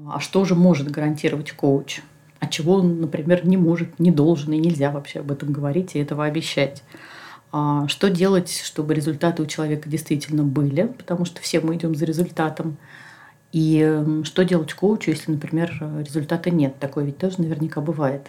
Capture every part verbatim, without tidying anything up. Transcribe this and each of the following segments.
А что же может гарантировать коуч? А чего он, например, не может, не должен и нельзя вообще об этом говорить и этого обещать? А что делать, чтобы результаты у человека действительно были? Потому что все мы идем за результатом. И что делать коучу, если, например, результата нет? Такое ведь тоже наверняка бывает.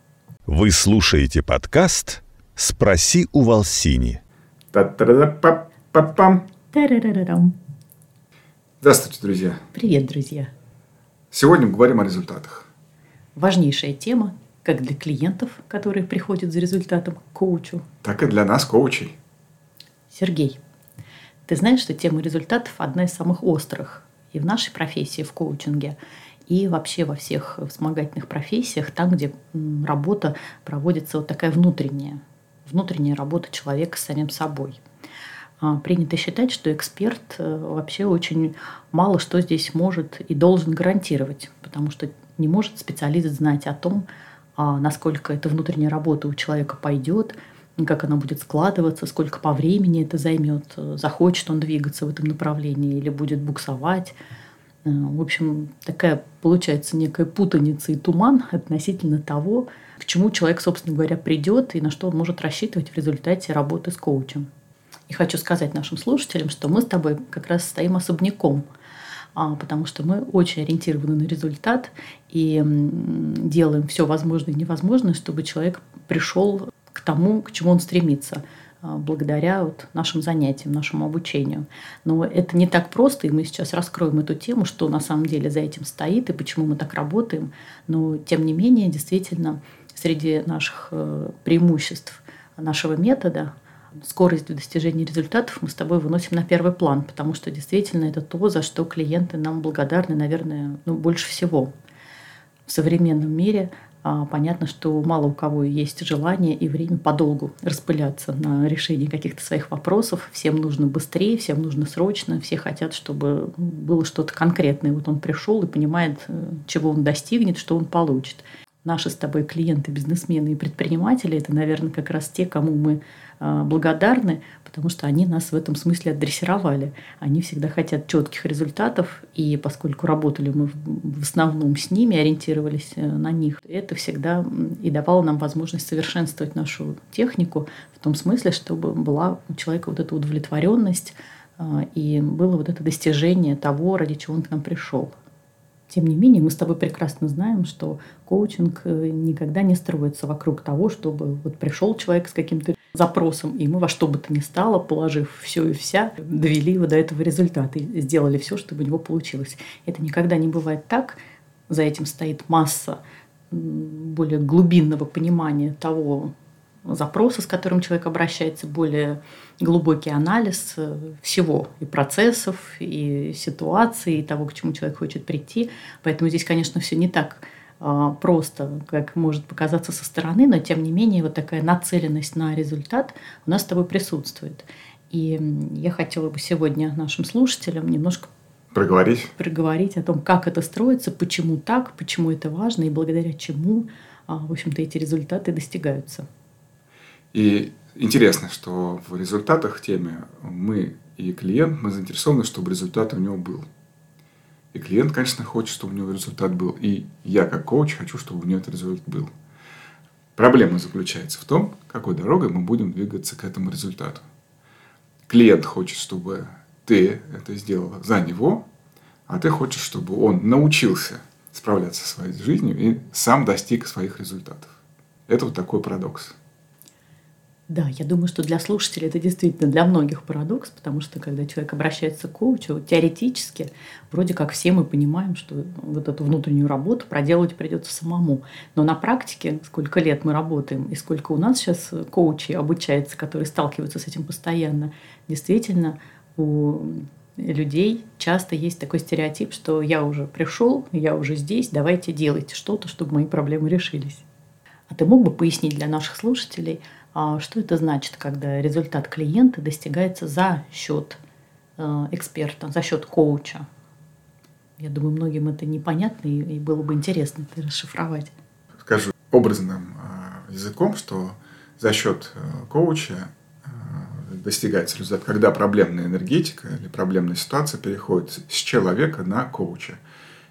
Вы слушаете подкаст «Спроси у Волсини». Та-та-да-па-па-пам. Тарарарарам. Здравствуйте, друзья. Привет, друзья. Сегодня мы говорим о результатах. Важнейшая тема, как для клиентов, которые приходят за результатом к коучу, Так и для нас, коучей. Сергей, ты знаешь, что тема результатов одна из самых острых и в нашей профессии, в коучинге, и вообще во всех вспомогательных профессиях, там, где работа проводится вот такая внутренняя, внутренняя работа человека с самим собой. Принято считать, что эксперт вообще очень мало что здесь может и должен гарантировать, потому что не может специалист знать о том, насколько эта внутренняя работа у человека пойдет, как она будет складываться, сколько по времени это займет, захочет он двигаться в этом направлении или будет буксовать. В общем, такая получается некая путаница и туман относительно того, к чему человек, собственно говоря, придет и на что он может рассчитывать в результате работы с коучем. И хочу сказать нашим слушателям, что мы с тобой как раз стоим особняком, потому что мы очень ориентированы на результат и делаем все возможное и невозможное, чтобы человек пришел к тому, к чему он стремится, благодаря вот нашим занятиям, нашему обучению. Но это не так просто, и мы сейчас раскроем эту тему, что на самом деле за этим стоит и почему мы так работаем. Но, тем не менее, действительно, среди наших преимуществ нашего метода скорость в достижении результатов мы с тобой выносим на первый план, потому что действительно это то, за что клиенты нам благодарны, наверное, ну, больше всего. В современном мире а, понятно, что мало у кого есть желание и время подолгу распыляться на решение каких-то своих вопросов. Всем нужно быстрее, всем нужно срочно, все хотят, чтобы было что-то конкретное. Вот он пришел и понимает, чего он достигнет, что он получит. Наши с тобой клиенты, бизнесмены и предприниматели – это, наверное, как раз те, кому мы благодарны, потому что они нас в этом смысле отдрессировали. Они всегда хотят четких результатов, и поскольку работали мы в основном с ними, ориентировались на них, это всегда и давало нам возможность совершенствовать нашу технику в том смысле, чтобы была у человека вот эта удовлетворенность и было вот это достижение того, ради чего он к нам пришел. Тем не менее, мы с тобой прекрасно знаем, что коучинг никогда не строится вокруг того, чтобы вот пришел человек с каким-то запросом, и мы во что бы то ни стало, положив все и вся, довели его до этого результата и сделали все, чтобы у него получилось. Это никогда не бывает так. За этим стоит масса более глубинного понимания того запроса, с которым человек обращается, более глубокий анализ всего, и процессов, и ситуаций, и того, к чему человек хочет прийти. Поэтому здесь, конечно, все не так а, просто, как может показаться со стороны, но, тем не менее, вот такая нацеленность на результат у нас с тобой присутствует. И я хотела бы сегодня нашим слушателям немножко проговорить. проговорить о том, как это строится, почему так, почему это важно, и благодаря чему, а, в общем-то, эти результаты достигаются. И интересно, что в результатах в теме мы и клиент, мы заинтересованы, чтобы результат у него был. И клиент, конечно, хочет, чтобы у него результат был. И я, как коуч, хочу, чтобы у него этот результат был. Проблема заключается в том, какой дорогой мы будем двигаться к этому результату. Клиент хочет, чтобы ты это сделала за него, а ты хочешь, чтобы он научился справляться со своей жизнью и сам достиг своих результатов. Это вот такой парадокс. Да, я думаю, что для слушателей это действительно для многих парадокс, потому что когда человек обращается к коучу, теоретически вроде как все мы понимаем, что вот эту внутреннюю работу проделать придется самому. Но на практике, сколько лет мы работаем и сколько у нас сейчас коучей обучается, которые сталкиваются с этим постоянно, действительно у людей часто есть такой стереотип, что я уже пришел, я уже здесь, давайте делайте что-то, чтобы мои проблемы решились. А ты мог бы пояснить для наших слушателей, что это значит, когда результат клиента достигается за счет эксперта, за счет коуча? Я думаю, многим это непонятно, и было бы интересно это расшифровать. Скажу образным языком, что за счет коуча достигается результат, когда проблемная энергетика или проблемная ситуация переходит с человека на коуча.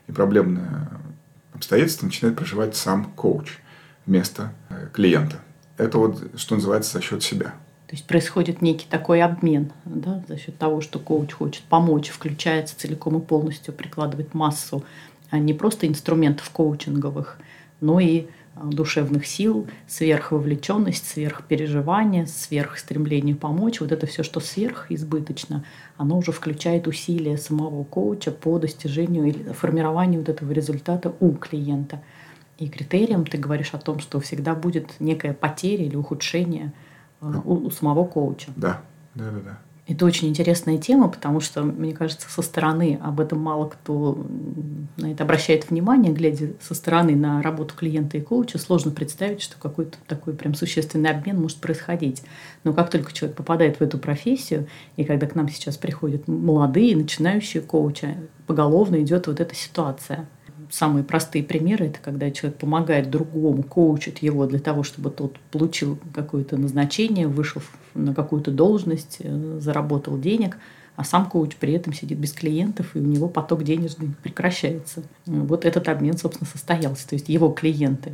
и проблемные обстоятельства начинает проживать сам коуч вместо клиента. Это вот, что называется, за счет себя. То есть происходит некий такой обмен, да, за счет того, что коуч хочет помочь, включается целиком и полностью, прикладывает массу не просто инструментов коучинговых, но и душевных сил, сверхвовлеченность, сверхпереживание, сверхстремление помочь. Вот это все, что сверхизбыточно, оно уже включает усилия самого коуча по достижению или формированию вот этого результата у клиента. И критерием ты говоришь о том, что всегда будет некая потеря или ухудшение у, у самого коуча. Да, да, да, да. Это очень интересная тема, потому что, мне кажется, со стороны об этом мало кто на это обращает внимание, глядя со стороны на работу клиента и коуча, сложно представить, что какой-то такой прям существенный обмен может происходить. Но как только человек попадает в эту профессию, и когда к нам сейчас приходят молодые, начинающие коучи, поголовно идет вот эта ситуация. Самые простые примеры – это когда человек помогает другому, коучит его для того, чтобы тот получил какое-то назначение, вышел на какую-то должность, заработал денег, а сам коуч при этом сидит без клиентов, и у него поток денежный прекращается. Вот этот обмен, собственно, состоялся. То есть его клиенты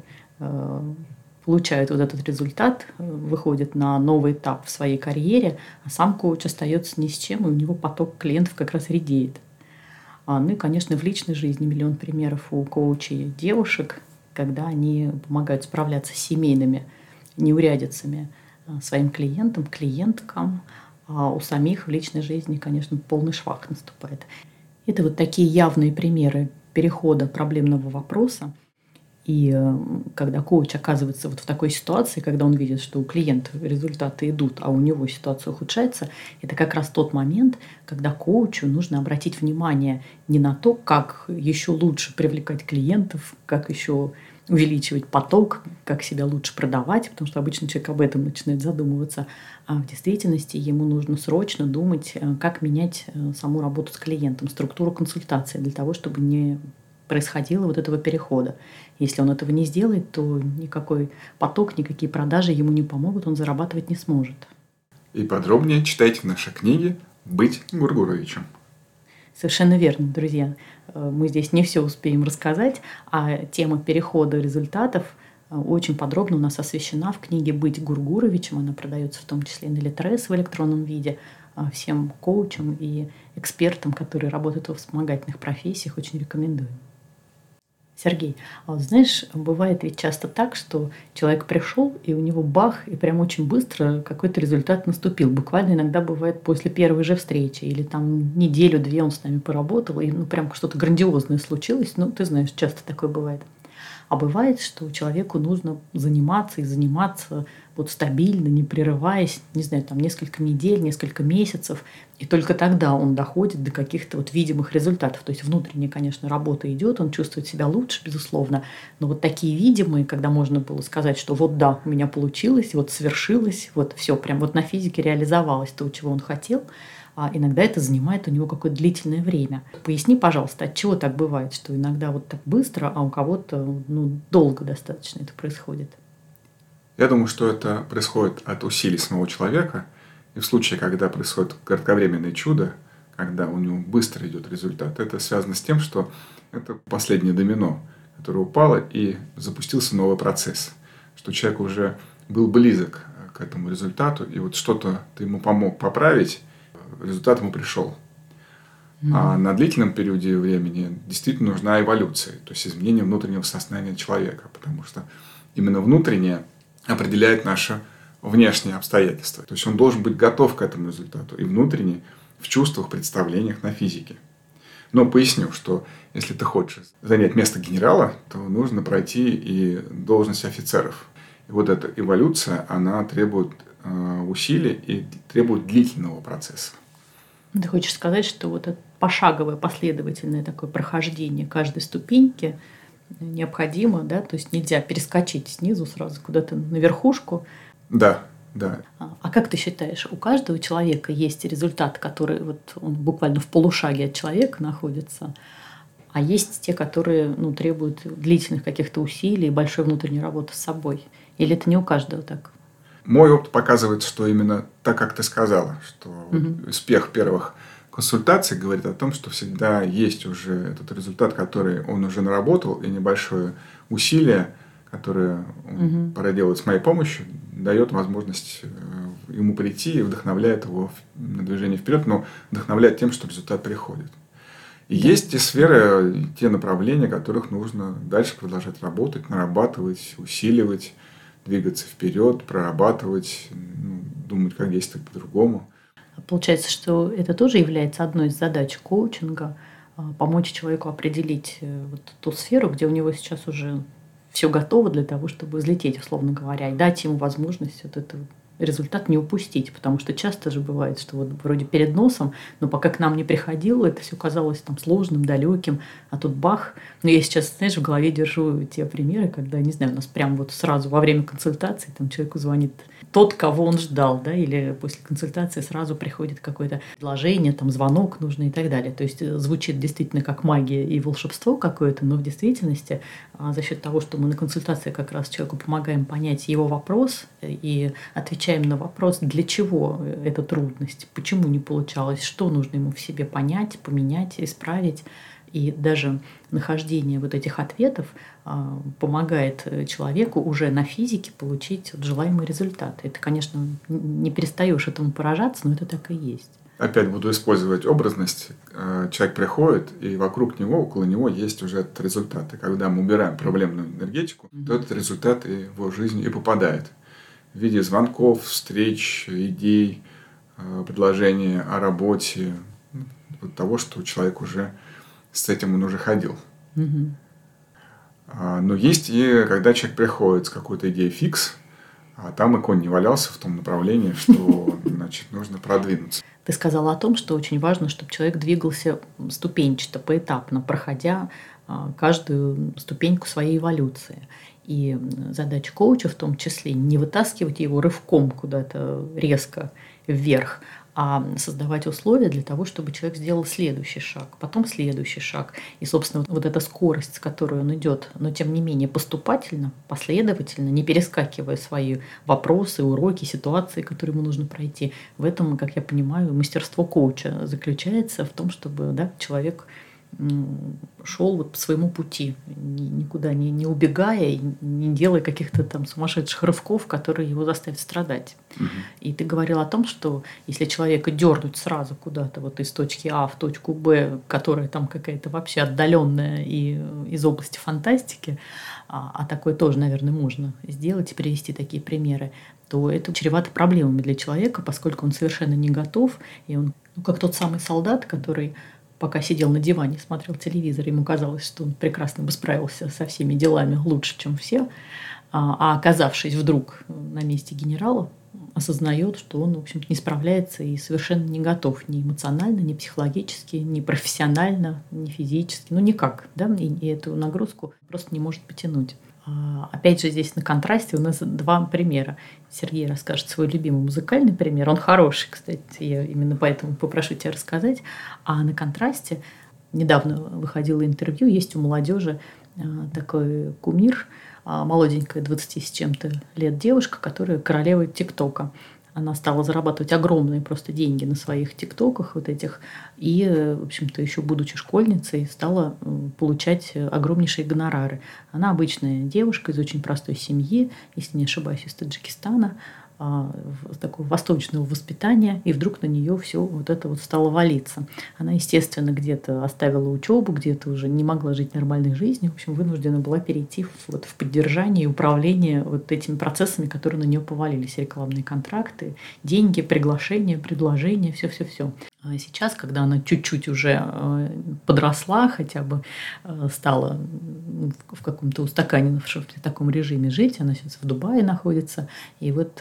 получают вот этот результат, выходят на новый этап в своей карьере, а сам коуч остается ни с чем, и у него поток клиентов как раз редеет. Ну и, конечно, в личной жизни миллион примеров у коучей девушек, когда они помогают справляться с семейными неурядицами своим клиентам, клиенткам, а у самих в личной жизни, конечно, полный швах наступает. Это вот такие явные примеры перехода проблемного вопроса. И когда коуч оказывается вот в такой ситуации, когда он видит, что у клиента результаты идут, а у него ситуация ухудшается, это как раз тот момент, когда коучу нужно обратить внимание не на то, как еще лучше привлекать клиентов, как еще увеличивать поток, как себя лучше продавать, потому что обычно человек об этом начинает задумываться, а в действительности ему нужно срочно думать, как менять саму работу с клиентом, структуру консультации для того, чтобы не происходило вот этого перехода. Если он этого не сделает, то никакой поток, никакие продажи ему не помогут, он зарабатывать не сможет. И подробнее читайте в нашей книге «Быть Гургуровичем». Совершенно верно, друзья. Мы здесь не все успеем рассказать, а тема перехода результатов очень подробно у нас освещена в книге «Быть Гургуровичем». Она продается в том числе и на Литрес в электронном виде. Всем коучам и экспертам, которые работают во вспомогательных профессиях, очень рекомендую. Сергей, а вот знаешь, бывает ведь часто так, что человек пришел, и у него бах, и прям очень быстро какой-то результат наступил. Буквально иногда бывает после первой же встречи, или там неделю-две он с нами поработал, и ну прям что-то грандиозное случилось. Ну, ты знаешь, часто такое бывает. А бывает, что человеку нужно заниматься и заниматься вот стабильно, не прерываясь, не знаю, там несколько недель, несколько месяцев, и только тогда он доходит до каких-то вот видимых результатов. То есть внутренняя, конечно, работа идет, он чувствует себя лучше, безусловно, но вот такие видимые, когда можно было сказать, что вот да, у меня получилось, вот свершилось, вот все, прям вот на физике реализовалось то, чего он хотел, а иногда это занимает у него какое-то длительное время. Поясни, пожалуйста, от чего так бывает, что иногда вот так быстро, а у кого-то ну, долго достаточно это происходит? Я думаю, что это происходит от усилий самого человека. И в случае, когда происходит кратковременное чудо, когда у него быстро идет результат, это связано с тем, что это последнее домино, которое упало, и запустился новый процесс. Что человек уже был близок к этому результату, и вот что-то ты ему помог поправить, результат ему пришел. Mm-hmm. А на длительном периоде времени действительно нужна эволюция, то есть изменение внутреннего сознания человека, потому что именно внутреннее определяет наше внешние обстоятельства. То есть он должен быть готов к этому результату и внутренне в чувствах, представлениях, на физике. Но поясню, что если ты хочешь занять место генерала, то нужно пройти и должность офицеров. И вот эта эволюция, она требует э, усилий и требует длительного процесса. Ты хочешь сказать, что вот это пошаговое, последовательное такое прохождение каждой ступеньки необходимо, да? То есть нельзя перескочить снизу сразу куда-то на верхушку. Да, да. А как ты считаешь, у каждого человека есть результат, который вот он буквально в полушаге от человека находится, а есть те, которые ну, требуют длительных каких-то усилий и большой внутренней работы с собой? Или это не у каждого так? Мой опыт показывает, что именно так, как ты сказала, что угу. успех первых Консультация говорит о том, что всегда есть уже этот результат, который он уже наработал, и небольшое усилие, которое он Угу. проделает с моей помощью, дает возможность ему прийти и вдохновляет его на движение вперед, но вдохновляет тем, что результат приходит. И да. Есть те сферы, те направления, которых нужно дальше продолжать работать, нарабатывать, усиливать, двигаться вперед, прорабатывать, ну, думать, как действовать по-другому. Получается, что это тоже является одной из задач коучинга – помочь человеку определить вот ту сферу, где у него сейчас уже все готово для того, чтобы взлететь, условно говоря, и дать ему возможность вот этот результат не упустить. Потому что часто же бывает, что вот вроде перед носом, но пока к нам не приходило, это все казалось там сложным, далеким, а тут бах. Но я сейчас, знаешь, в голове держу те примеры, когда, не знаю, у нас прям вот сразу во время консультации там человеку звонит тот, кого он ждал, да, или после консультации сразу приходит какое-то предложение, там, звонок нужный и так далее. То есть звучит действительно как магия и волшебство какое-то, но в действительности за счет того, что мы на консультации как раз человеку помогаем понять его вопрос и отвечаем на вопрос, для чего эта трудность, почему не получалось, что нужно ему в себе понять, поменять, исправить. И даже нахождение вот этих ответов а, помогает человеку уже на физике получить вот желаемый результат. Это, конечно, не перестаешь этому поражаться, но это так и есть. Опять буду использовать образность. Человек приходит, и вокруг него, около него есть уже этот результат. И когда мы убираем проблемную энергетику, mm-hmm. то этот результат и в его жизнь и попадает. В виде звонков, встреч, идей, предложений о работе, вот того, что человек уже с этим он уже ходил. Mm-hmm. Но есть и когда человек приходит с какой-то идеей фикс, а там и конь не валялся в том направлении, что значит, нужно продвинуться. Ты сказала о том, что очень важно, чтобы человек двигался ступенчато, поэтапно, проходя каждую ступеньку своей эволюции. И задача коуча в том числе не вытаскивать его рывком куда-то резко вверх, а создавать условия для того, чтобы человек сделал следующий шаг, потом следующий шаг. И, собственно, вот эта скорость, с которой он идет, но тем не менее поступательно, последовательно, не перескакивая свои вопросы, уроки, ситуации, которые ему нужно пройти. В этом, как я понимаю, мастерство коуча заключается в том, чтобы да, человек шел вот по своему пути, никуда не, не убегая, не делая каких-то там сумасшедших рывков, которые его заставят страдать. Угу. И ты говорил о том, что если человека дернуть сразу куда-то вот из точки А в точку Б, которая там какая-то вообще отдаленная и из области фантастики, а, а такое тоже, наверное, можно сделать и привести такие примеры, то это чревато проблемами для человека, поскольку он совершенно не готов, и он, ну, как тот самый солдат, который пока сидел на диване, смотрел телевизор, ему казалось, что он прекрасно бы справился со всеми делами лучше, чем все, а оказавшись вдруг на месте генерала, осознает, что он, в общем-то, не справляется и совершенно не готов ни эмоционально, ни психологически, ни профессионально, ни физически, ну никак, да, и, и эту нагрузку просто не может потянуть. Опять же, здесь на контрасте у нас два примера. Сергей расскажет свой любимый музыкальный пример. Он хороший, кстати, я именно поэтому попрошу тебя рассказать. А на контрасте недавно выходило интервью, есть у молодежи такой кумир, молоденькая, двадцати с чем-то лет девушка, которая королева ТикТока. Она стала зарабатывать огромные просто деньги на своих тиктоках вот этих. И, в общем-то, еще будучи школьницей, стала получать огромнейшие гонорары. Она обычная девушка из очень простой семьи, если не ошибаюсь, из Таджикистана, такого восточного воспитания, и вдруг на нее все вот это вот стало валиться. Она, естественно, где-то оставила учебу, где-то уже не могла жить нормальной жизнью, в общем, вынуждена была перейти в, вот, в поддержание и управление вот этими процессами, которые на нее повалились, рекламные контракты, деньги, приглашения, предложения, все-все-все. А сейчас, когда она чуть-чуть уже подросла, хотя бы стала в каком-то устаканенном таком режиме жить, она сейчас в Дубае находится, и вот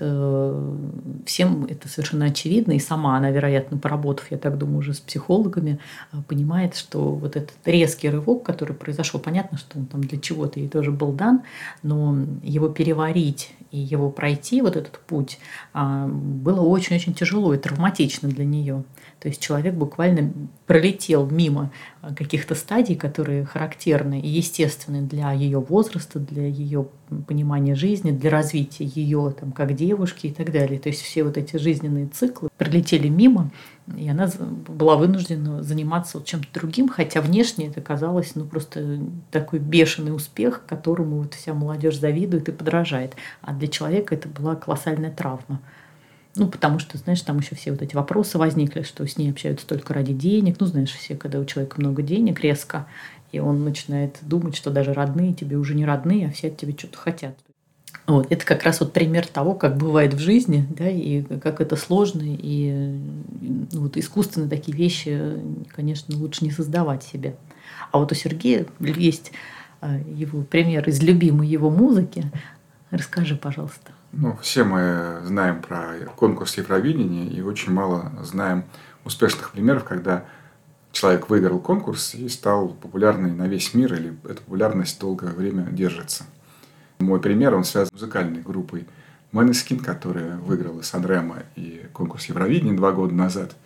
всем это совершенно очевидно, и сама она, вероятно, поработав, я так думаю, уже с психологами, понимает, что вот этот резкий рывок, который произошел, понятно, что он там для чего-то ей тоже был дан, но его переварить и его пройти, вот этот путь, было очень-очень тяжело и травматично для нее. То есть человек буквально пролетел мимо каких-то стадий, которые характерны и естественны для ее возраста, для ее понимания жизни, для развития ее там, как девушки и так далее. То есть все вот эти жизненные циклы пролетели мимо, и она была вынуждена заниматься вот чем-то другим, хотя внешне это казалось ну, просто такой бешеный успех, которому вот вся молодежь завидует и подражает. А для человека это была колоссальная травма. Ну, потому что, знаешь, там еще все вот эти вопросы возникли, что с ней общаются только ради денег. Ну, знаешь, все, когда у человека много денег резко, и он начинает думать, что даже родные тебе уже не родные, а все от тебя что-то хотят. Вот. Это как раз вот пример того, как бывает в жизни, да, и как это сложно, и ну, вот искусственные такие вещи, конечно, лучше не создавать себе. А вот у Сергея есть его пример из любимой его музыки. Расскажи, пожалуйста. Ну, все мы знаем про конкурс Евровидения и очень мало знаем успешных примеров, когда человек выиграл конкурс и стал популярный на весь мир, или эта популярность долгое время держится. Мой пример, он связан с музыкальной группой Måneskin, которая выиграла Сан-Ремо и конкурс Евровидения два года назад.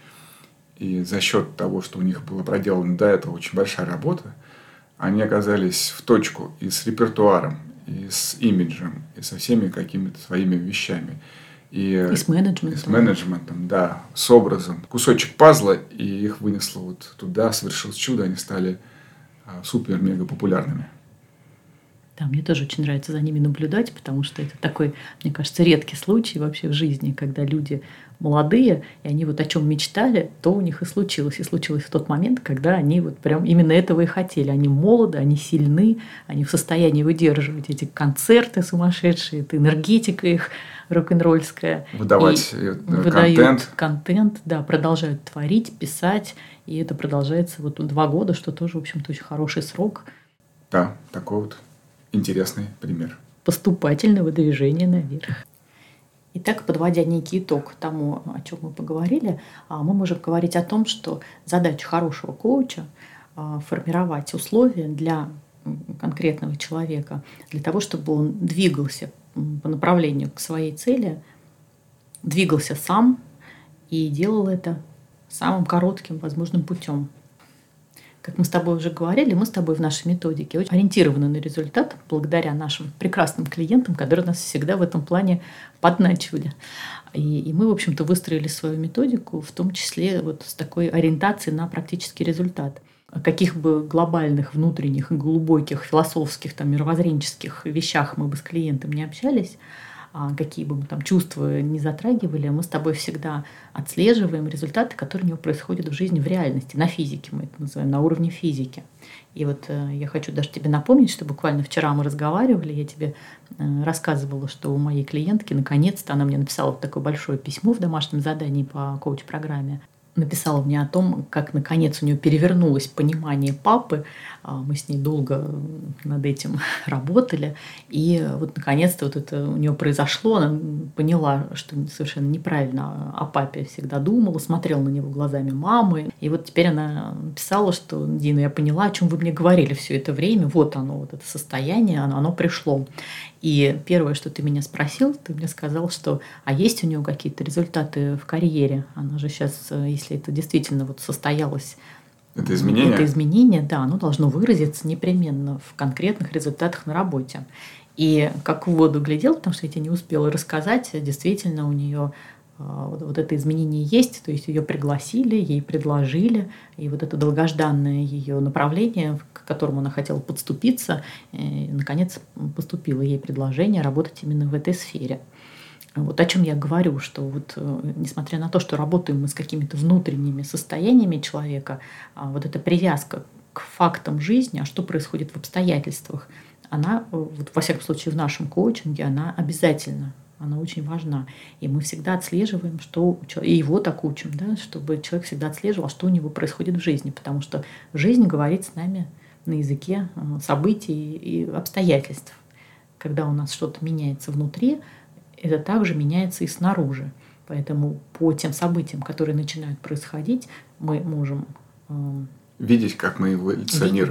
И за счет того, что у них была проделана до этого очень большая работа, они оказались в точку и с репертуаром, и с имиджем, и со всеми какими-то своими вещами. И, и с менеджментом. И с менеджментом, да, с образом. Кусочек пазла, и их вынесло вот туда, совершилось чудо, они стали супер-мега популярными. Да, мне тоже очень нравится за ними наблюдать, потому что это такой, мне кажется, редкий случай вообще в жизни, когда люди молодые, и они вот о чем мечтали, то у них и случилось. И случилось в тот момент, когда они вот прям именно этого и хотели. Они молоды, они сильны, они в состоянии выдерживать эти концерты сумасшедшие, это энергетика их рок-н-ролльская. Выдавать и контент. Выдают контент, да, продолжают творить, писать, и это продолжается вот два года, что тоже, в общем-то, очень хороший срок. Да, такой вот интересный пример. Поступательного движения наверх. Итак, подводя некий итог тому, о чем мы поговорили, мы можем говорить о том, что задача хорошего коуча – формировать условия для конкретного человека, для того, чтобы он двигался по направлению к своей цели, двигался сам и делал это самым коротким возможным путем. Как мы с тобой уже говорили, мы с тобой в нашей методике очень ориентированы на результат благодаря нашим прекрасным клиентам, которые нас всегда в этом плане подначивали. И, и мы, в общем-то, выстроили свою методику, в том числе вот с такой ориентацией на практический результат. О каких бы глобальных, внутренних, глубоких, философских, там, мировоззренческих вещах мы бы с клиентом не общались, какие бы мы там чувства не затрагивали, мы с тобой всегда отслеживаем результаты, которые у него происходят в жизни, в реальности, на физике, мы это называем, на уровне физики. И вот э, я хочу даже тебе напомнить, что буквально вчера мы разговаривали, я тебе э, рассказывала, что у моей клиентки наконец-то она мне написала вот такое большое письмо в домашнем задании по коуч-программе, написала мне о том, как наконец у нее перевернулось понимание папы. Мы с ней долго над этим работали. И вот наконец-то вот это у нее произошло. Она поняла, что совершенно неправильно о папе всегда думала, смотрела на него глазами мамы. И вот теперь она писала, что: Дина, я поняла, о чем вы мне говорили все это время. Вот оно, вот это состояние, оно, оно пришло. И первое, что ты меня спросил, ты мне сказал, что а есть у нее какие-то результаты в карьере? Она же сейчас, если это действительно вот состоялось, это изменение? Это изменение, да, оно должно выразиться непременно в конкретных результатах на работе. И как в воду глядел, потому что я тебе не успела рассказать, действительно у нее вот, вот это изменение есть, то есть ее пригласили, ей предложили, и вот это долгожданное ее направление, к которому она хотела подступиться, наконец поступило ей предложение работать именно в этой сфере. Вот о чем я говорю, что вот, несмотря на то, что работаем мы с какими-то внутренними состояниями человека, вот эта привязка к фактам жизни, а что происходит в обстоятельствах, она, вот, во всяком случае, в нашем коучинге, она обязательна, она очень важна. И мы всегда отслеживаем, что и его так учим, да, чтобы человек всегда отслеживал, что у него происходит в жизни, потому что жизнь говорит с нами на языке событий и обстоятельств. Когда у нас что-то меняется внутри, это также меняется и снаружи. Поэтому по тем событиям, которые начинают происходить, мы можем... Э, видеть, как мы эволюционировали.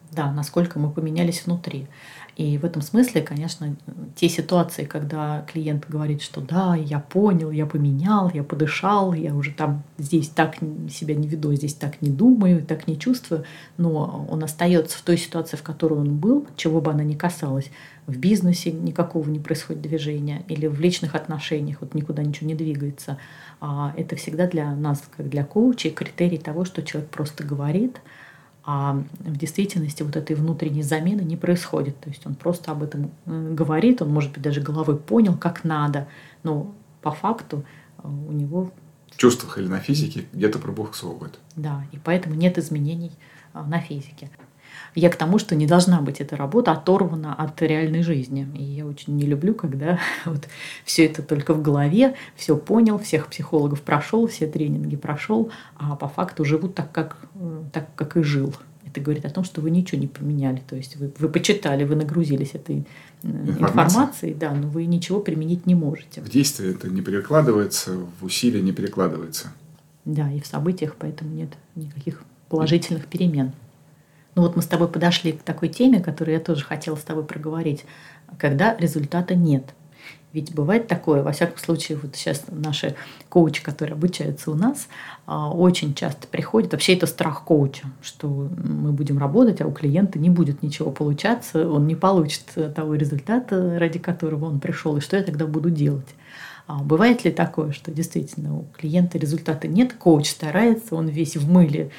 Да, насколько мы поменялись внутри. И в этом смысле, конечно, те ситуации, когда клиент говорит, что да, я понял, я поменял, я подышал, я уже там здесь так себя не веду, здесь так не думаю, так не чувствую, но он остается в той ситуации, в которой он был, чего бы она ни касалась, в бизнесе никакого не происходит движения или в личных отношениях вот никуда ничего не двигается. Это всегда для нас, как для коучей, критерий того, что человек просто говорит, а в действительности вот этой внутренней замены не происходит. То есть он просто об этом говорит, он, может быть, даже головой понял, как надо, но по факту у него... В чувствах или на физике где-то пробуксовывает. Да, и поэтому нет изменений на физике. Я к тому, что не должна быть эта работа оторвана от реальной жизни. И я очень не люблю, когда вот все это только в голове, все понял, всех психологов прошел, все тренинги прошел, а по факту живут так, как, так, как и жил. Это говорит о том, что вы ничего не поменяли. То есть вы, вы почитали, вы нагрузились этой информацией, информацией, да, но вы ничего применить не можете. В действии это не перекладывается, в усилия не перекладывается. Да, и в событиях поэтому нет никаких положительных перемен. Ну вот мы с тобой подошли к такой теме, которую я тоже хотела с тобой проговорить, когда результата нет. Ведь бывает такое, во всяком случае, вот сейчас наши коучи, которые обучаются у нас, очень часто приходят, вообще это страх коуча, что мы будем работать, а у клиента не будет ничего получаться, он не получит того результата, ради которого он пришел, и что я тогда буду делать? А бывает ли такое, что действительно у клиента результата нет, коуч старается, он весь в мыле,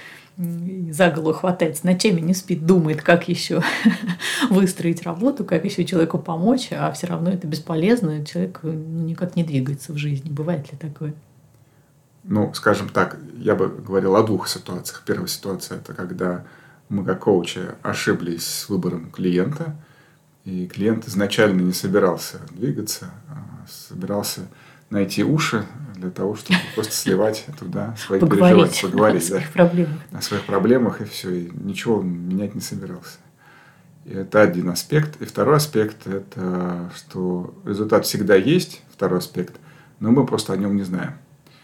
за голову хватается, ночами не спит, думает, как еще выстроить работу, как еще человеку помочь, а все равно это бесполезно, человек никак не двигается в жизни. Бывает ли такое? Ну, скажем так, я бы говорил о двух ситуациях. Первая ситуация – это когда мы как коучи ошиблись с выбором клиента, и клиент изначально не собирался двигаться, а собирался найти уши для того, чтобы просто сливать туда свои переживания, поговорить о своих да, проблемах. О своих проблемах, и все, и ничего он менять не собирался. И это один аспект. И второй аспект – это что результат всегда есть, второй аспект, но мы просто о нем не знаем.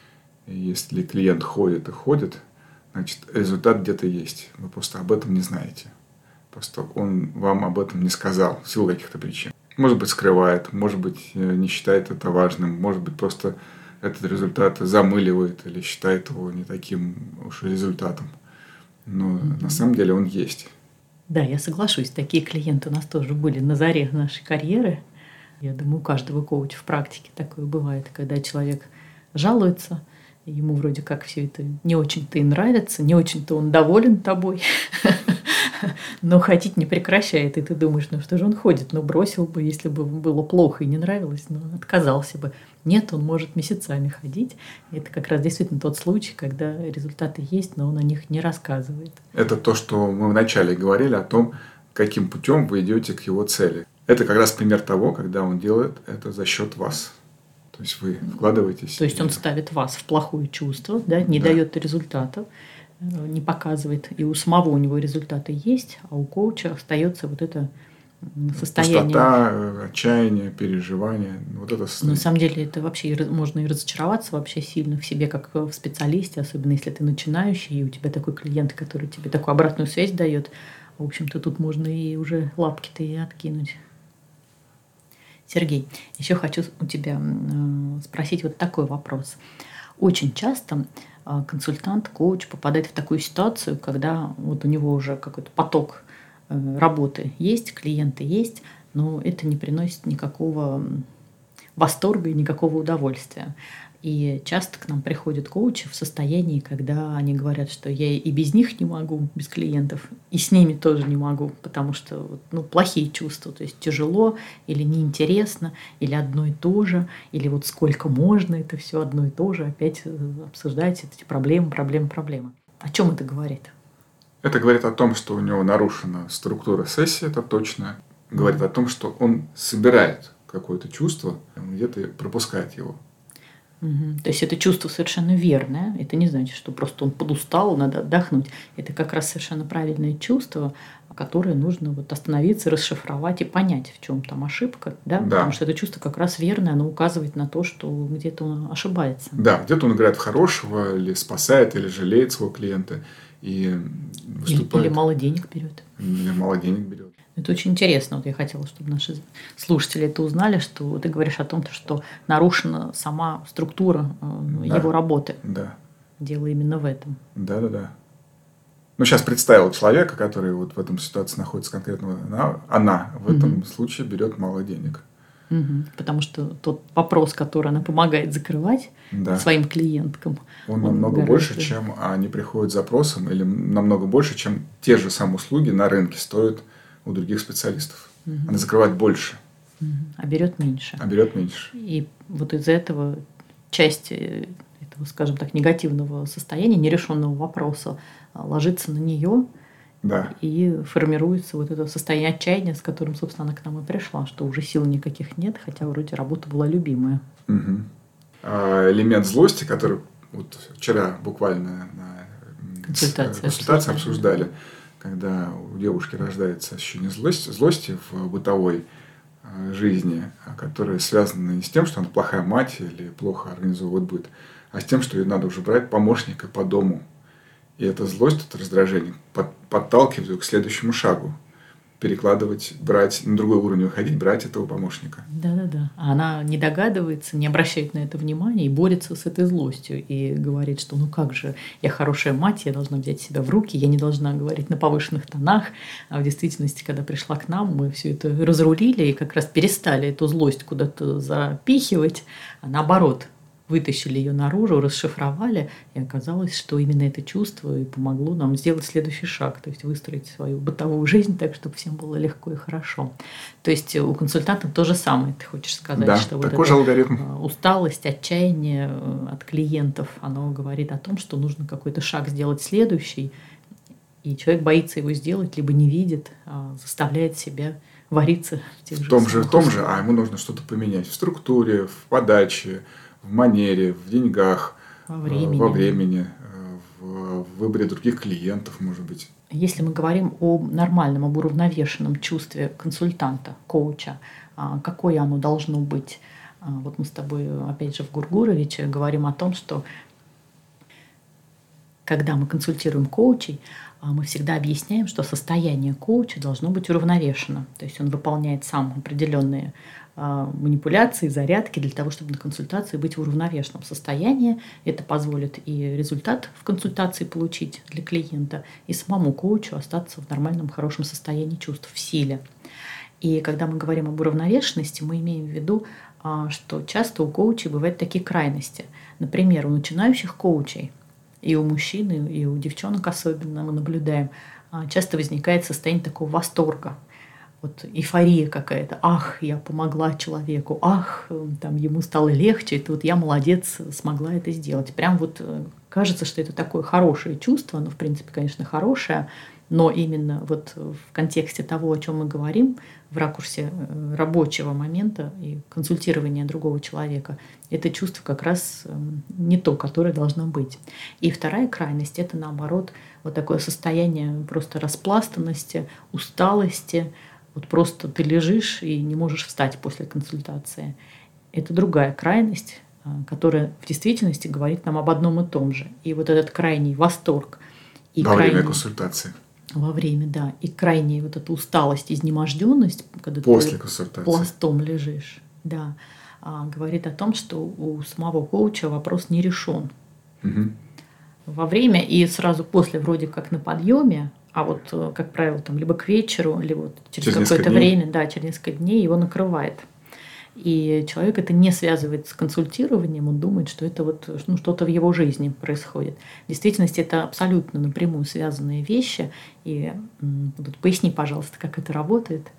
И если клиент ходит и ходит, значит, результат где-то есть. Вы просто об этом не знаете. Просто он вам об этом не сказал в силу каких-то причин. Может быть, скрывает, может быть, не считает это важным, может быть, просто этот результат замыливает или считает его не таким уж результатом. Но mm-hmm. на самом деле он есть. Да, я соглашусь. Такие клиенты у нас тоже были на заре нашей карьеры. Я думаю, у каждого коуча в практике такое бывает, когда человек жалуется, ему вроде как все это не очень-то и нравится, не очень-то он доволен тобой, но ходить не прекращает. И ты думаешь, ну что же он ходит? Ну бросил бы, если бы было плохо и не нравилось, но отказался бы. Нет, он может месяцами ходить. Это как раз действительно тот случай, когда результаты есть, но он о них не рассказывает. Это то, что мы вначале говорили о том, каким путем вы идете к его цели. Это как раз пример того, когда он делает это за счет вас. То есть вы вкладываетесь. То есть он ставит вас в плохое чувство, да, не да. дает результатов, не показывает, и у самого у него результаты есть, а у коуча остается вот это состояние. Пустота, отчаяние, переживание. Вот это состояние. На самом деле это вообще можно и разочароваться вообще сильно в себе, как в специалисте, особенно если ты начинающий, и у тебя такой клиент, который тебе такую обратную связь дает. В общем-то, тут можно и уже лапки-то и откинуть. Сергей, еще хочу у тебя спросить вот такой вопрос. Очень часто консультант, коуч попадает в такую ситуацию, когда вот у него уже какой-то поток работы есть, клиенты есть, но это не приносит никакого восторга и никакого удовольствия. И часто к нам приходят коучи в состоянии, когда они говорят, что я и без них не могу, без клиентов, и с ними тоже не могу, потому что ну, плохие чувства, то есть тяжело или неинтересно, или одно и то же, или вот сколько можно это все одно и то же, опять обсуждать эти проблемы, проблемы, проблемы. О чем это говорит? Это говорит о том, что у него нарушена структура сессии, это точно. Говорит о том, что он собирает какое-то чувство, где-то пропускает его. Угу. То есть это чувство совершенно верное. Это не значит, что просто он подустал, надо отдохнуть. Это как раз совершенно правильное чувство, которое нужно вот остановиться, расшифровать и понять, в чем там ошибка. Да? Да. Потому что это чувство как раз верное, оно указывает на то, что где-то он ошибается. Да, где-то он играет в хорошего, или спасает, или жалеет своего клиента. и выступает. Или, или мало денег берет. Или мало денег берет. Это очень интересно. Вот я хотела, чтобы наши слушатели это узнали, что ты говоришь о том, что нарушена сама структура да. его работы. Да. Дело именно в этом. Да, да, да. Ну, сейчас представил человека, который вот в этом ситуации находится конкретно. Она, она в этом угу. случае берет мало денег. Угу. Потому что тот вопрос, который она помогает закрывать да. своим клиенткам, он, он намного гораздо... больше, чем они приходят с запросом, или намного больше, чем те же самые услуги на рынке стоят у других специалистов. Угу. Она закрывает больше. Угу. А берет меньше. А берет меньше. И вот из-за этого часть этого, скажем так, негативного состояния, нерешенного вопроса ложится на нее. Да. И формируется вот это состояние отчаяния, с которым, собственно, она к нам и пришла, что уже сил никаких нет, хотя вроде работа была любимая. Угу. А элемент злости, который вот вчера буквально на консультации, консультации обсуждали, да. Когда у девушки рождается ощущение злости, злости в бытовой жизни, которая связана не с тем, что она плохая мать или плохо организовывает быт, а с тем, что ей надо уже брать помощника по дому. И эта злость, это раздражение подталкивает ее к следующему шагу. Перекладывать, брать, на другой уровень выходить, брать этого помощника. Да-да-да. А она не догадывается, не обращает на это внимания и борется с этой злостью. И говорит, что ну как же, я хорошая мать, я должна взять себя в руки, я не должна говорить на повышенных тонах. А в действительности, когда пришла к нам, мы все это разрулили и как раз перестали эту злость куда-то запихивать, а наоборот, вытащили ее наружу, расшифровали, и оказалось, что именно это чувство и помогло нам сделать следующий шаг, то есть выстроить свою бытовую жизнь так, чтобы всем было легко и хорошо. То есть у консультантов то же самое, ты хочешь сказать, да, что вот вот эта алгоритм. Усталость, отчаяние от клиентов, оно говорит о том, что нужно какой-то шаг сделать следующий, и человек боится его сделать, либо не видит, а заставляет себя вариться в тех в же том же, в том же, а ему нужно что-то поменять в структуре, в подаче, в манере, в деньгах, во времени, во времени в выборе других клиентов, может быть. Если мы говорим о нормальном, об уравновешенном чувстве консультанта, коуча, какое оно должно быть? Вот мы с тобой, опять же, в Гургуровиче говорим о том, что когда мы консультируем коучей, мы всегда объясняем, что состояние коуча должно быть уравновешено. То есть он выполняет сам определенные манипуляции, зарядки для того, чтобы на консультации быть в уравновешенном состоянии. Это позволит и результат в консультации получить для клиента, и самому коучу остаться в нормальном, хорошем состоянии чувств, в силе. И когда мы говорим об уравновешенности, мы имеем в виду, что часто у коучей бывают такие крайности. Например, у начинающих коучей, и у мужчин, и у девчонок особенно мы наблюдаем, часто возникает состояние такого восторга. Вот эйфория какая-то. Ах, я помогла человеку. Ах, там ему стало легче. Это вот я молодец, смогла это сделать. Прям вот кажется, что это такое хорошее чувство. Оно, в принципе, конечно, хорошее. Но именно вот в контексте того, о чем мы говорим, в ракурсе рабочего момента и консультирования другого человека, это чувство как раз не то, которое должно быть. И вторая крайность – это, наоборот, вот такое состояние просто распластанности, усталости. Вот просто ты лежишь и не можешь встать после консультации. Это другая крайность, которая в действительности говорит нам об одном и том же. И вот этот крайний восторг. И во крайний... время консультации. Во время, да. И крайняя вот эта усталость, изнеможденность, когда после ты консультации. пластом лежишь, да, говорит о том, что у самого коуча вопрос не решен. Угу. Во время и сразу после вроде как на подъеме, а вот, как правило, там либо к вечеру, либо вот через, через какое-то время, да, через несколько дней его накрывает. И человек это не связывает с консультированием, он думает, что это вот, ну, что-то в его жизни происходит. В действительности это абсолютно напрямую связанные вещи. И вот поясни, пожалуйста, как это работает.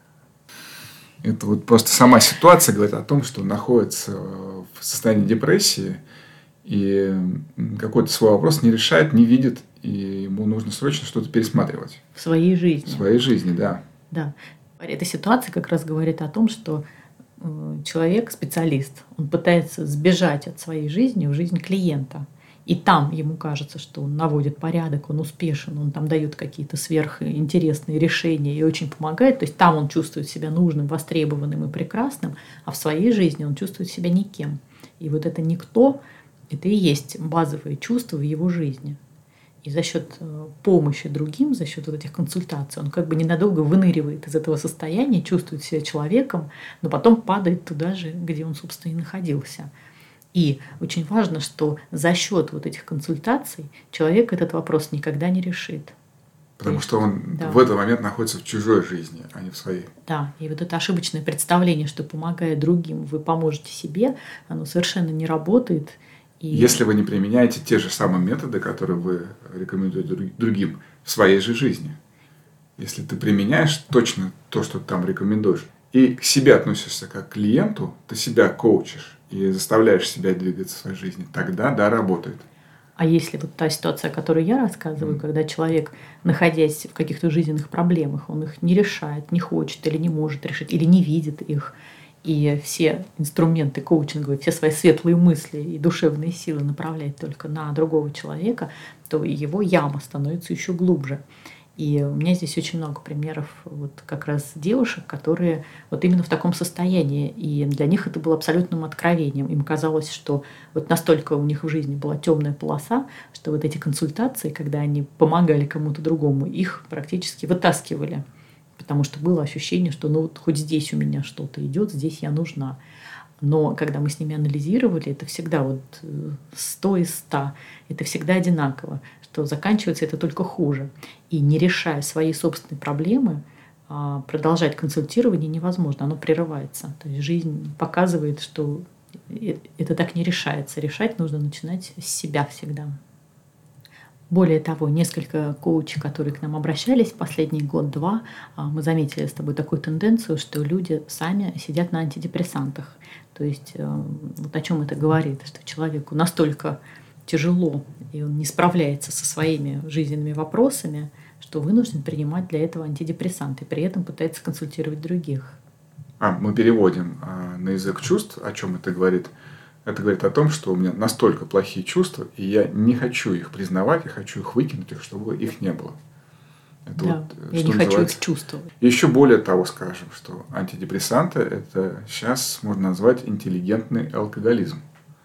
Это вот просто сама ситуация говорит о том, что он находится в состоянии депрессии и какой-то свой вопрос не решает, не видит, и ему нужно срочно что-то пересматривать. В своей жизни. В своей жизни, да. Да. Эта ситуация как раз говорит о том, что человек, специалист, он пытается сбежать от своей жизни в жизнь клиента. И там ему кажется, что он наводит порядок, он успешен, он там дает какие-то сверхинтересные решения и очень помогает. То есть там он чувствует себя нужным, востребованным и прекрасным, а в своей жизни он чувствует себя никем. И вот это никто, это и есть базовые чувства в его жизни. И за счет помощи другим, за счет вот этих консультаций, он как бы ненадолго выныривает из этого состояния, чувствует себя человеком, но потом падает туда же, где он, собственно, и находился. И очень важно, что за счет вот этих консультаций человек этот вопрос никогда не решит. Потому что он да. в этот момент находится в чужой жизни, а не в своей. Да, и вот это ошибочное представление, что помогая другим, вы поможете себе, оно совершенно не работает. И... Если вы не применяете те же самые методы, которые вы рекомендуете другим в своей же жизни. Если ты применяешь точно то, что ты там рекомендуешь, и к себе относишься как к клиенту, ты себя коучишь и заставляешь себя двигаться в своей жизни, тогда да, работает. А если вот та ситуация, о которой я рассказываю, mm. когда человек, находясь в каких-то жизненных проблемах, он их не решает, не хочет или не может решить, или не видит их, и все инструменты коучинговые, все свои светлые мысли и душевные силы направляет только на другого человека, то его яма становится еще глубже. И у меня здесь очень много примеров вот как раз девушек, которые вот именно в таком состоянии. И для них это было абсолютным откровением. Им казалось, что вот настолько у них в жизни была темная полоса, что вот эти консультации, когда они помогали кому-то другому, их практически вытаскивали. Потому что было ощущение, что ну вот хоть здесь у меня что-то идет, здесь я нужна. Но когда мы с ними анализировали, это всегда вот сто из ста, это всегда одинаково, что заканчивается это только хуже. И не решая свои собственные проблемы, продолжать консультирование невозможно, оно прерывается. То есть жизнь показывает, что это так не решается. Решать нужно начинать с себя всегда. Более того, несколько коучей, которые к нам обращались последний год-два, мы заметили с тобой такую тенденцию, что люди сами сидят на антидепрессантах. То есть вот о чем это говорит, что человеку настолько тяжело, и он не справляется со своими жизненными вопросами, что вынужден принимать для этого антидепрессанты, при этом пытается консультировать других. А, мы переводим а, на язык чувств, о чем это говорит. Это говорит о том, что у меня настолько плохие чувства, и я не хочу их признавать, я хочу их выкинуть, чтобы их не было. Это да, вот, я не хочу их чувствовать. И еще более того скажем, что антидепрессанты – это сейчас можно назвать интеллигентный алкоголизм.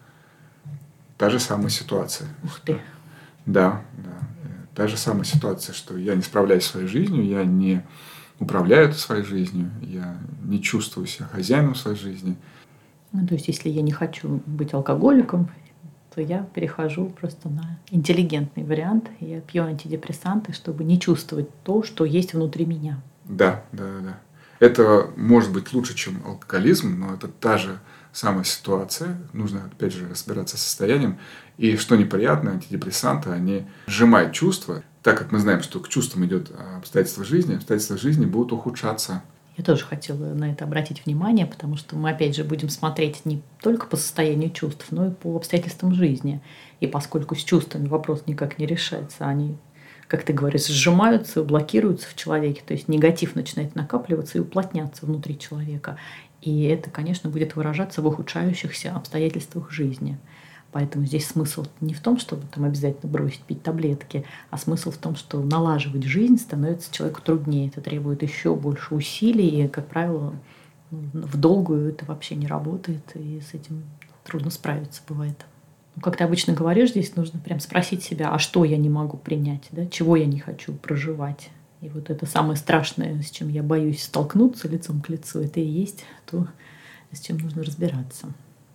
Та же самая ситуация. Ух ты. Да, да. Та же самая ситуация, что я не справляюсь со своей жизнью, я не управляю своей жизнью, я не чувствую себя хозяином своей жизни. Ну, то есть, если я не хочу быть алкоголиком, то я перехожу просто на интеллигентный вариант. Я пью антидепрессанты, чтобы не чувствовать то, что есть внутри меня. Да, да, да. Это может быть лучше, чем алкоголизм, но это та же самая ситуация. Нужно, опять же, разбираться с состоянием. И что неприятно, антидепрессанты, они сжимают чувства. Так как мы знаем, что к чувствам идет обстоятельства жизни, обстоятельства жизни будут ухудшаться. Я тоже хотела на это обратить внимание, потому что мы, опять же, будем смотреть не только по состоянию чувств, но и по обстоятельствам жизни. И поскольку с чувствами вопрос никак не решается, они, как ты говоришь, сжимаются, блокируются в человеке, то есть негатив начинает накапливаться и уплотняться внутри человека. И это, конечно, будет выражаться в ухудшающихся обстоятельствах жизни. Поэтому здесь смысл не в том, чтобы там обязательно бросить пить таблетки, а смысл в том, что налаживать жизнь становится человеку труднее. Это требует еще больше усилий, и, как правило, в долгую это вообще не работает, и с этим трудно справиться бывает. Ну, как ты обычно говоришь, здесь нужно прям спросить себя, а что я не могу принять, да? Чего я не хочу проживать. И вот это самое страшное, с чем я боюсь столкнуться лицом к лицу, это и есть то, с чем нужно разбираться.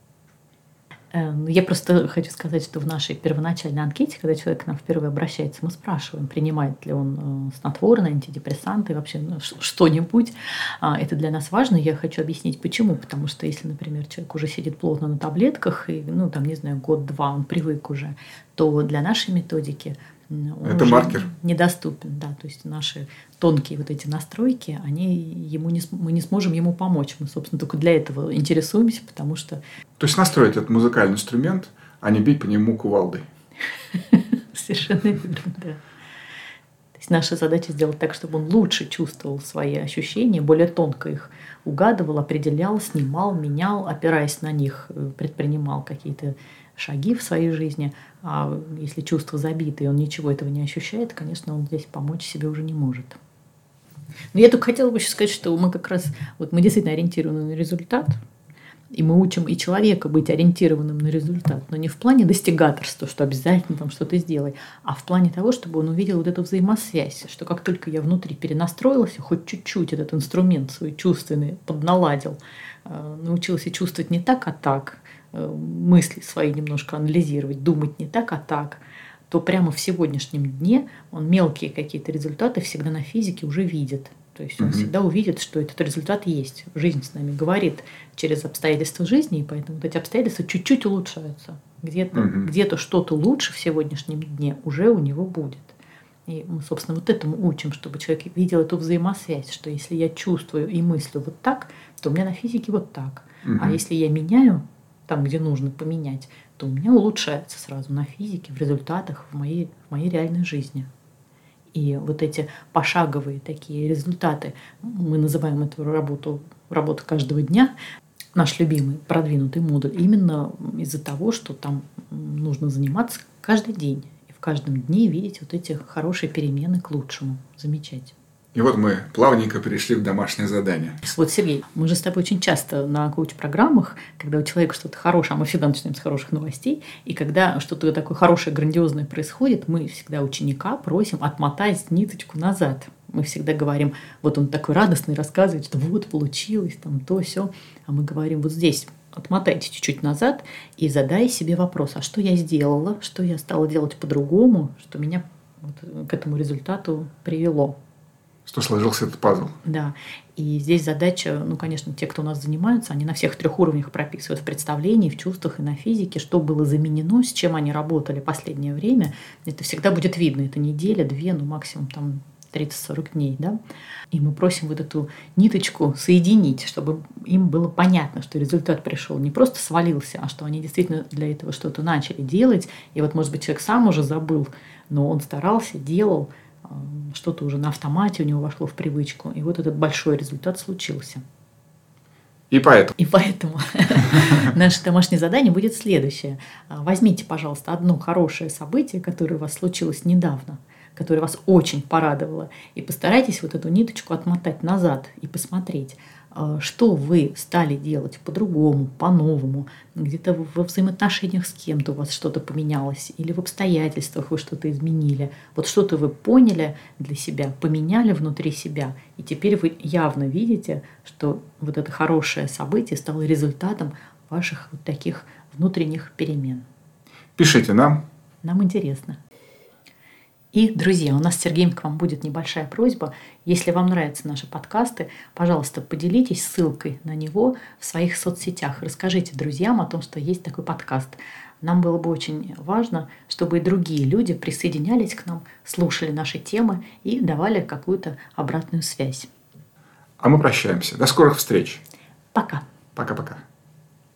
Я просто хочу сказать, что в нашей первоначальной анкете, когда человек к нам впервые обращается, мы спрашиваем, принимает ли он снотворные, антидепрессанты, вообще ну, что-нибудь. Это для нас важно. Я хочу объяснить, почему. Потому что если, например, человек уже сидит плотно на таблетках, и, ну, там, не знаю, год-два, он привык уже, то для нашей методики он это уже маркер. Недоступен. Да. То есть наши тонкие вот эти настройки, они ему не, мы не сможем ему помочь. Мы, собственно, только для этого интересуемся, потому что... То есть настроить этот музыкальный инструмент, а не бить по нему кувалдой. Совершенно верно, да. То есть наша задача сделать так, чтобы он лучше чувствовал свои ощущения, более тонко их угадывал, определял, снимал, менял, опираясь на них, предпринимал какие-то шаги в своей жизни. А если чувство забито, и он ничего этого не ощущает, конечно, он здесь помочь себе уже не может. Но я только хотела бы еще сказать, что мы как раз, вот мы действительно ориентированы на результат. И мы учим и человека быть ориентированным на результат, но не в плане достигаторства, что обязательно там что-то сделай, а в плане того, чтобы он увидел вот эту взаимосвязь, что как только я внутри перенастроился, хоть чуть-чуть этот инструмент свой чувственный подналадил, научился чувствовать не так, а так, мысли свои немножко анализировать, думать не так, а так, то прямо в сегодняшнем дне он мелкие какие-то результаты всегда на физике уже видит. То есть он mm-hmm. всегда увидит, что этот результат есть. Жизнь с нами говорит через обстоятельства жизни, и поэтому вот эти обстоятельства чуть-чуть улучшаются. Где-то, mm-hmm. где-то что-то лучше в сегодняшнем дне уже у него будет. И мы, собственно, вот этому учим, чтобы человек видел эту взаимосвязь, что если я чувствую и мыслю вот так, то у меня на физике вот так. Mm-hmm. А если я меняю там, где нужно поменять, то у меня улучшается сразу на физике, в результатах, в моей, в моей реальной жизни. И вот эти пошаговые такие результаты, мы называем эту работу работа каждого дня, наш любимый продвинутый модуль, именно из-за того, что там нужно заниматься каждый день. И в каждом дне видеть вот эти хорошие перемены к лучшему, замечать. И вот мы плавненько перешли в домашнее задание. Вот, Сергей, мы же с тобой очень часто на коуч-программах, когда у человека что-то хорошее, а мы всегда начинаем с хороших новостей, и когда что-то такое хорошее, грандиозное происходит, мы всегда ученика просим отмотать ниточку назад. Мы всегда говорим, вот он такой радостный, рассказывает, что вот получилось, там то, сё. А мы говорим, вот здесь отмотайте чуть-чуть назад и задай себе вопрос, а что я сделала, что я стала делать по-другому, что меня вот к этому результату привело. Что сложился этот пазл. Да. И здесь задача, ну, конечно, те, кто у нас занимаются, они на всех трех уровнях прописывают в представлении, в чувствах и на физике, что было заменено, с чем они работали последнее время. Это всегда будет видно. Это неделя, две, ну, максимум там тридцать-сорок дней, да. И мы просим вот эту ниточку соединить, чтобы им было понятно, что результат пришел, не просто свалился, а что они действительно для этого что-то начали делать. И вот, может быть, человек сам уже забыл, но он старался, делал, что-то уже на автомате у него вошло в привычку. И вот этот большой результат случился. И поэтому? И поэтому наше домашнее задание будет следующее. Возьмите, пожалуйста, одно хорошее событие, которое у вас случилось недавно, которое вас очень порадовало, и постарайтесь вот эту ниточку отмотать назад и посмотреть, что вы стали делать по-другому, по-новому, где-то во взаимоотношениях с кем-то у вас что-то поменялось, или в обстоятельствах вы что-то изменили. Вот что-то вы поняли для себя, поменяли внутри себя, и теперь вы явно видите, что вот это хорошее событие стало результатом ваших вот таких внутренних перемен. Пишите нам. Нам интересно. И, друзья, у нас с Сергеем к вам будет небольшая просьба. Если вам нравятся наши подкасты, пожалуйста, поделитесь ссылкой на него в своих соцсетях. Расскажите друзьям о том, что есть такой подкаст. Нам было бы очень важно, чтобы и другие люди присоединялись к нам, слушали наши темы и давали какую-то обратную связь. А мы прощаемся. До скорых встреч. Пока. Пока-пока.